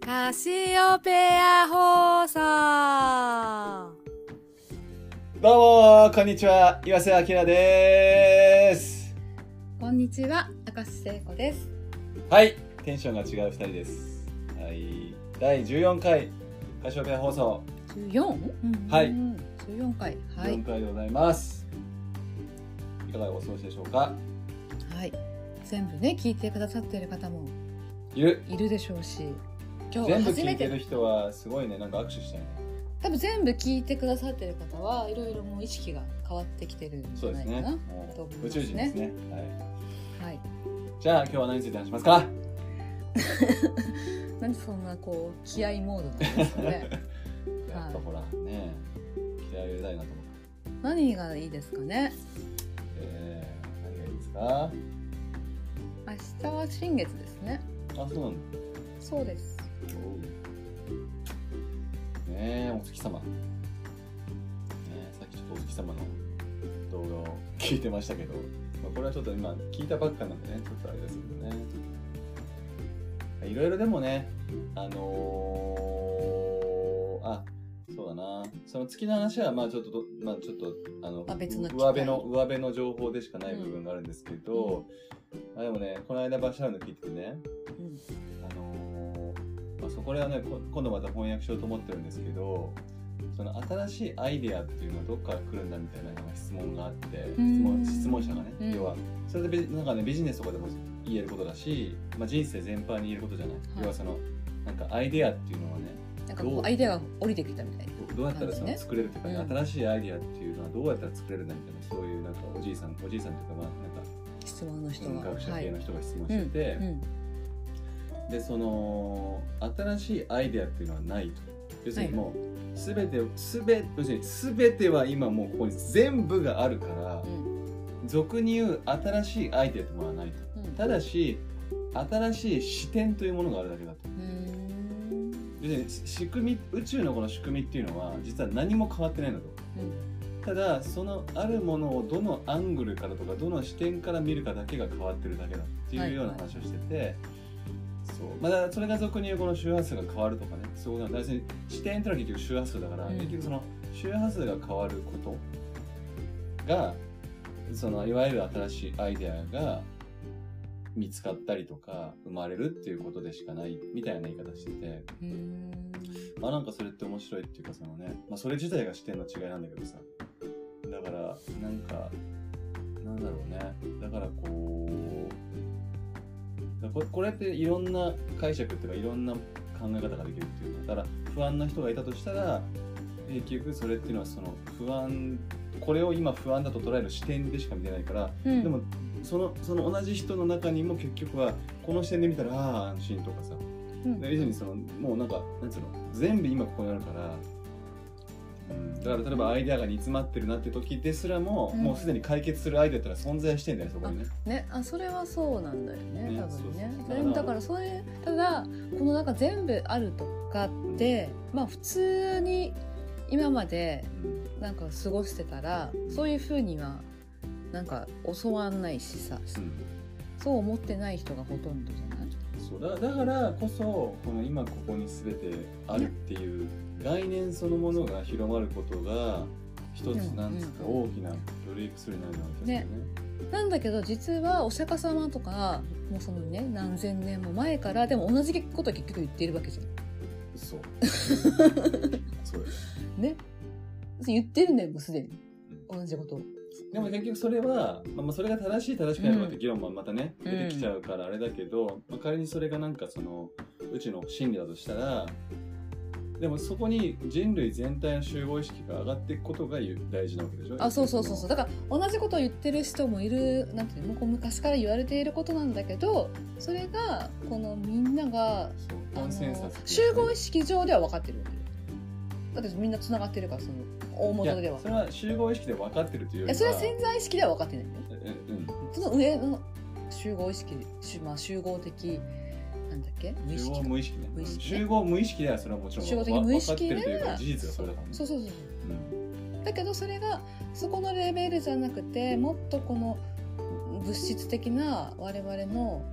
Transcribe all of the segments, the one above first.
カシオペア放送。 どうもこんにちは、岩瀬明です。 こんにちは、高須聖子です。 はい、テンションが違う2人です。はい、第14回カシオペア放送 14？ はい、 14回、はい、 14回でございます。いかがお過ごしでしょうか。 はい、全部ね聞いてくださっている方もいるでしょうし、今日全部初めて聞いてる人はすごいね、なんか握手したいね。 多分全部聞いてくださっている方はいろいろもう意識が変わってきてるんじゃないかな、と思いますね。 宇宙人ですね。 はい。 じゃあ今日は何について話しますか。 なんでそんなこう気合モードなんですかね。 やっぱほらね、気合い入れたいなと思って。 何がいいですかね。 何がいいですか。 明日は新月ですね。 あ、そうなんだ。 そうです。 ねえ、お月様。ねえ、さっきちょっとお月様の動画を聞いてましたけど、これはちょっと今聞いたばっかなんでね、ちょっとあれですけどね。いろいろでもね、そうだな。その月の話はちょっと別の上辺の情報でしかない部分があるんですけど、でもね、この間バシャールの聞いててね、これはね、今度また翻訳しようと思ってるんですけど、その新しいアイデアっていうのはどっから来るんだみたいな質問があって、質問者がね、要はそれでなんかね、ビジネスとかでも言えることだし、人生全般に言えることじゃない、要はそのなんかアイデアっていうのはね、 なんかこうアイデアが降りてきたみたいな、 どうやったらその作れるというか、新しいアイデアっていうのはどうやったら作れるんだみたいな、そういうなんかおじいさんというか、なんか質問の人が、 学者系の人が質問してて、でその新しいアイデアっていうのはないと。要するにもう全ては今もうここに全部があるから、俗に言う新しいアイデアってものはないと。ただし新しい視点というものがあるだけだと。要するに宇宙のこの仕組みっていうのは実は何も変わってないのと。ただそのあるものをどのアングルからとかどの視点から見るかだけが変わってるだけだっていうような話をしてて、それが俗に言うこの周波数が変わるとかね、そういうのは視点というのは結局周波数だから、結局その周波数が変わることがそのいわゆる新しいアイデアが見つかったりとか生まれるっていうことでしかないみたいな言い方してて、なんかそれって面白いっていうか、そのね、それ自体が視点の違いなんだけどさ、だからなんかなんだろうね、だからこれっていろんな解釈っていうかいろんな考え方ができるっていうか、だから不安な人がいたとしたら結局それっていうのはそのこれを今不安だと捉える視点でしか見てないから、でもその同じ人の中にも結局はこの視点で見たら安心とかさ、要するにそのもうなんかなんつうの、全部今ここにあるから、だから例えばアイデアが煮詰まってるなって時ですらも、もうすでに解決するアイデアってのは存在してんだよ、そこにね。 それはそうなんだよね、多分ね。だからそういう、ただこの中全部あるとかって、普通に今までなんか過ごしてたら、そういう風にはなんか教わんないしさ、そう思ってない人がほとんどじゃない。 そうだからこそこの今ここに全てあるっていう概念そのものが広まることが一つなんですか、大きなブレイクスルーになるような気がするね。 なんだけど実はお釈迦様とかもうそのね、何千年も前からでも同じことを結局言っているわけじゃん。そうそうね、言ってるね、もうすでに同じことを。 でも結局それは、それが正しい正しくないとかって議論もまたね、出てきちゃうからあれだけど、仮にそれがなんかその宇宙の真理だとしたら、でもそこに人類全体の集合意識が上がっていくことが大事なわけでしょ。 そうだから同じことを言ってる人もいる、なんていうの、昔から言われていることなんだけど、それがこのみんながコンセンサス、 集合意識上では分かってるわけだってみんなつながってるから、その大元では。 それは集合意識で分かってるというよりは、 それは潜在意識では分かってないんだよ。その上の集合意識、集合的なんだっけ、 集合無意識ね。集合無意識ではそれはもちろん集合的無意識では分かってるというか事実がそれだからね。 そう、だけどそれがそこのレベルじゃなくて、もっとこの物質的な我々の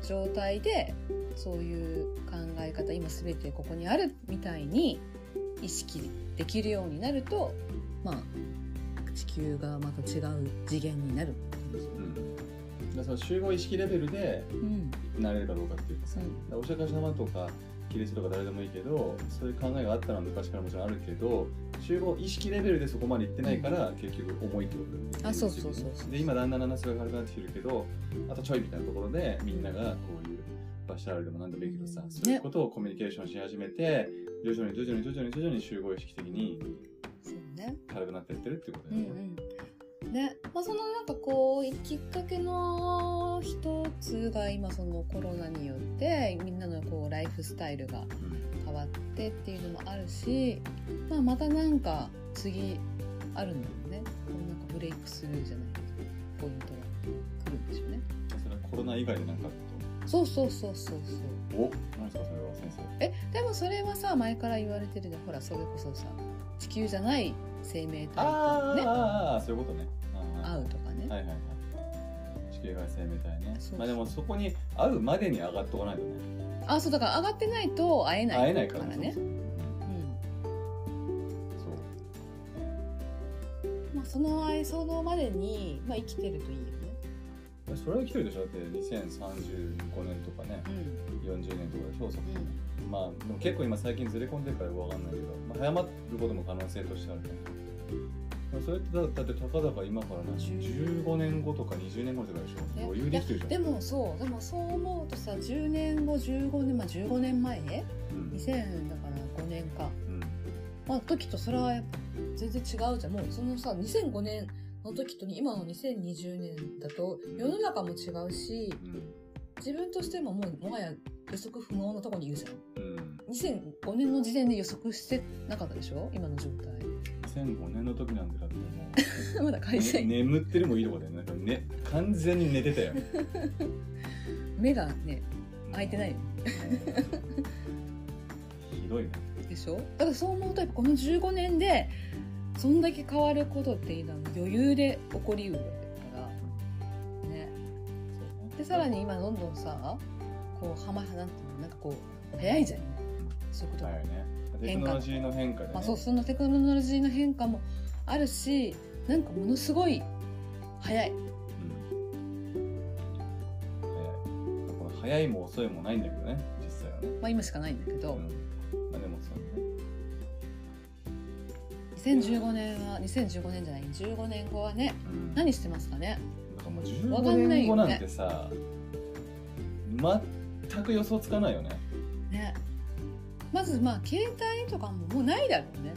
状態でそういう考え方今全てここにあるみたいに意識できるようになると、まあ地球がまた違う次元になる、 うん、その集合意識レベルでなれるかどうかっていうかさ、うん、お釈迦様とかキリストとか誰でもいいけど、そういう考えがあったのは昔からもちろんあるけど、集合意識レベルでそこまでいってないから、結局重いってことだよね。 あ、そうそうそうそう。 で今だんだんそれが軽くなってきてるけど、あとちょいみたいなところでみんながこういうバシャールでもなんでもいいけどさ、そういうことをコミュニケーションし始めて、徐々に集合意識的に軽くなっていってるってことだよね。 ね、まあ、そのなんかこうきっかけの一つが今そのコロナによってみんなのこうライフスタイルが変わってっていうのもあるし、まあ、またなんか次あるんだよね。こうなんかブレイクスルーじゃないけどポイントが来るんでしょうね。 それはコロナ以外でなんかあると？そう。お、何ですかそれは先生。でもそれはさ前から言われてるじゃん。ほらそれこそさ地球じゃない生命体とね。 ああそういうことね。 会うとかね。 はいはいはい。地球外生命体ね。まあでもそこに会うまでに上がっとかないとね。あ、 そうだから上がってないと会えないからね。そう。まあそのまでにまあ生きてるといいよね。 それは生きてるでしょ。だって2035年とかね、40年とかでしょ。まあでも結構今最近ずれ込んでるからわかんないけど、まあ早まることも可能性としてあるけど。それってだってたかだか今から15年後とか20年後とかでしょ。余裕できてるじゃん。 でもそう思うとさ10年後15年、まあ、15年前、2000だから5年か、まあ時とそれはやっぱ全然違うじゃん。もうそのさ2005年の時と今の2020年だと世の中も違うし、自分としてももはや予測不能なとこにいるじゃん。2005年の時点で予測してなかったでしょ今の状態。 2005年の時なんてだってもうまだ会社員、 眠ってるもいいとこだよね。完全に寝てたよ。 目がね開いてないよ。ひどいね。でしょ。だからそう思うとこの15年でそんだけ変わることっていうのは余裕で起こりうるわけだからね。でさらに今どんどんさこうなんていうのなんかこう早いじゃん。そういうことが。早いね。テクノロジーの変化で、ね。まあ、そのテクノロジーの変化もあるし、なんかものすごい早い。 この早いも遅いもないんだけどね、実際はね。 まあ今しかないんだけど。 まあでもそうね。2015年は2015年じゃない15年後はね、何してますかね。 だからもう15年後なんてさ、全く予想つかないよね。 ね。まずまあ携帯とかもうないだろうね。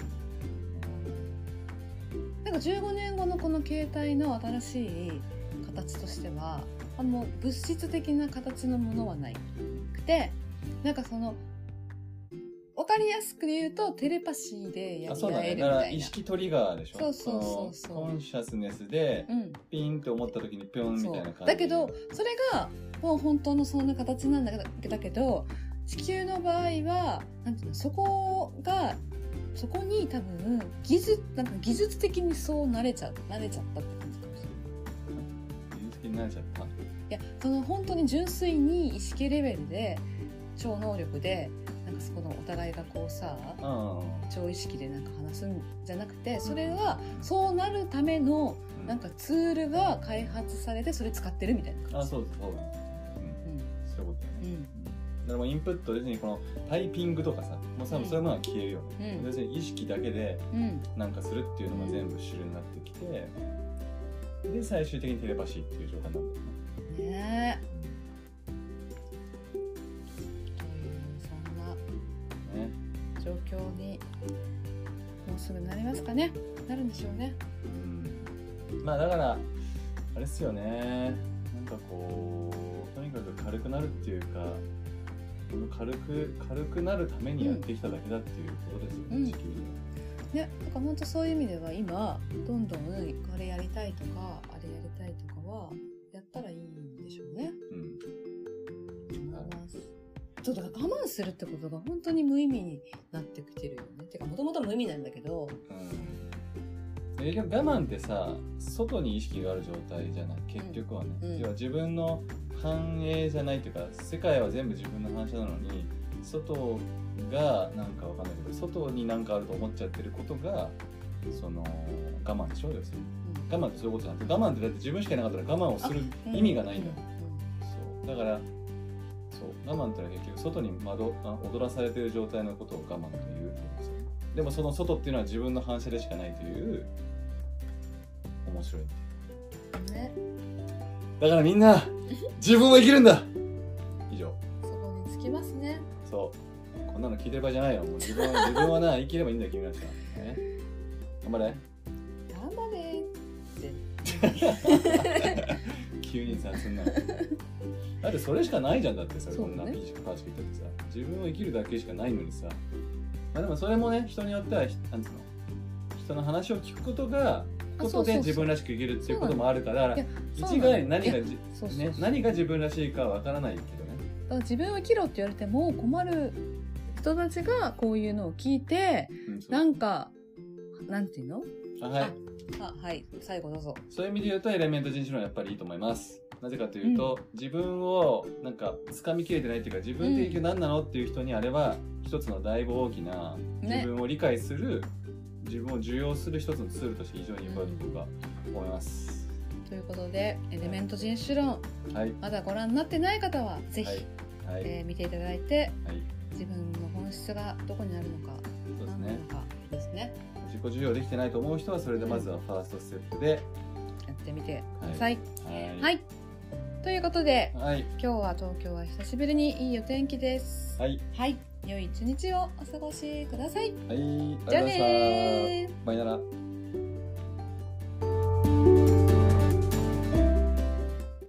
なんか15年後のこの携帯の新しい形としてはもう物質的な形のものはないくて、なんかその分かりやすく言うとテレパシーでやり合えるみたいな。そうだね。だから意識トリガーでしょ。そうコンシャスネスでピンって思った時にピョンみたいな感じ。 だけどそれがもう本当のそんな形なんだけど地球の場合はなんていうの、そこに多分技術的にそう慣れちゃったって感じかもしれない。 技術的に慣れちゃった。いやその本当に純粋に意識レベルで超能力でなんかそこのお互いがこうさ超意識でなんか話すんじゃなくて、それはそうなるためのなんかツールが開発されてそれ使ってるみたいな感じ。 そうですそうだね。そういうことだよね。だからもうインプット別にこのタイピングとかさもう多分そういうものは消えるよね。別に意識だけでなんかするっていうのが全部主流になってきて、で最終的にテレパシーっていう状態なんだよね。 ねえ。というそんな状況にもうすぐなりますかね。なるんでしょうね。 まあだからあれですよね。なんかこうとにかく軽くなるっていうか。軽くなるためにやってきただけだっていうことですよね、地球には。 ね、だから本当そういう意味では今どんどんこれやりたいとかあれやりたいとかはやったらいいんでしょうね。そうだから我慢するってことが本当に無意味になってきてるよね。てかもともと無意味なんだけど。 我慢ってさ外に意識がある状態じゃない結局はね。要は自分の反映じゃないというか、世界は全部自分の反射なのに、外がなんかわかんないけど、外になんかあると思っちゃってることがその我慢でしょ。要するに我慢ってそういうことなんで、我慢ってだって自分しかいなかったら我慢をする意味がないんだ。そうだから、そう我慢ってのは結局外に踊らされている状態のことを我慢という。でもその外っていうのは自分の反射でしかないという面白いね。だからみんな自分を生きるんだ。以上。 そこにつきますね。 そう、こんなの聞いてる場合じゃないよ。もう自分はな生きればいいんだよ、君たちは、ね、頑張れ頑張れって急にさ、そんなだってそれしかないじゃん。だってさ、こんなピーチクパーチク言ってさ、自分を生きるだけしかないのにさ。まあでもそれもね、人によってはなんつうの、人の話を聞くことで自分らしく生きるっていうこともあるから、一概に何が自分らしいかはわからないけどね。 だから自分を生きろって言われても困る人たちがこういうのを聞いて、なんかなんていうの？はい、最後どうぞ。 そういう意味で言うとエレメント人種論はやっぱりいいと思います。なぜかというと、自分をなんか掴みきれてないっていうか、自分って結局何なのっていう人にあれば、一つのだいぶ大きな自分を理解する、自分を受容する一つのツールとして非常に良かったと僕は思います。 ということでエレメント人種論、まだご覧になってない方はぜひ、見ていただいて、自分の本質がどこにあるのか、何なのかですね。 自己受容できてないと思う人はそれでまずはファーストステップでやってみてください。はい、ということで、今日は東京は久しぶりにいいお天気です。はい、良い一日をお過ごしください。 じゃあねー。バイなら。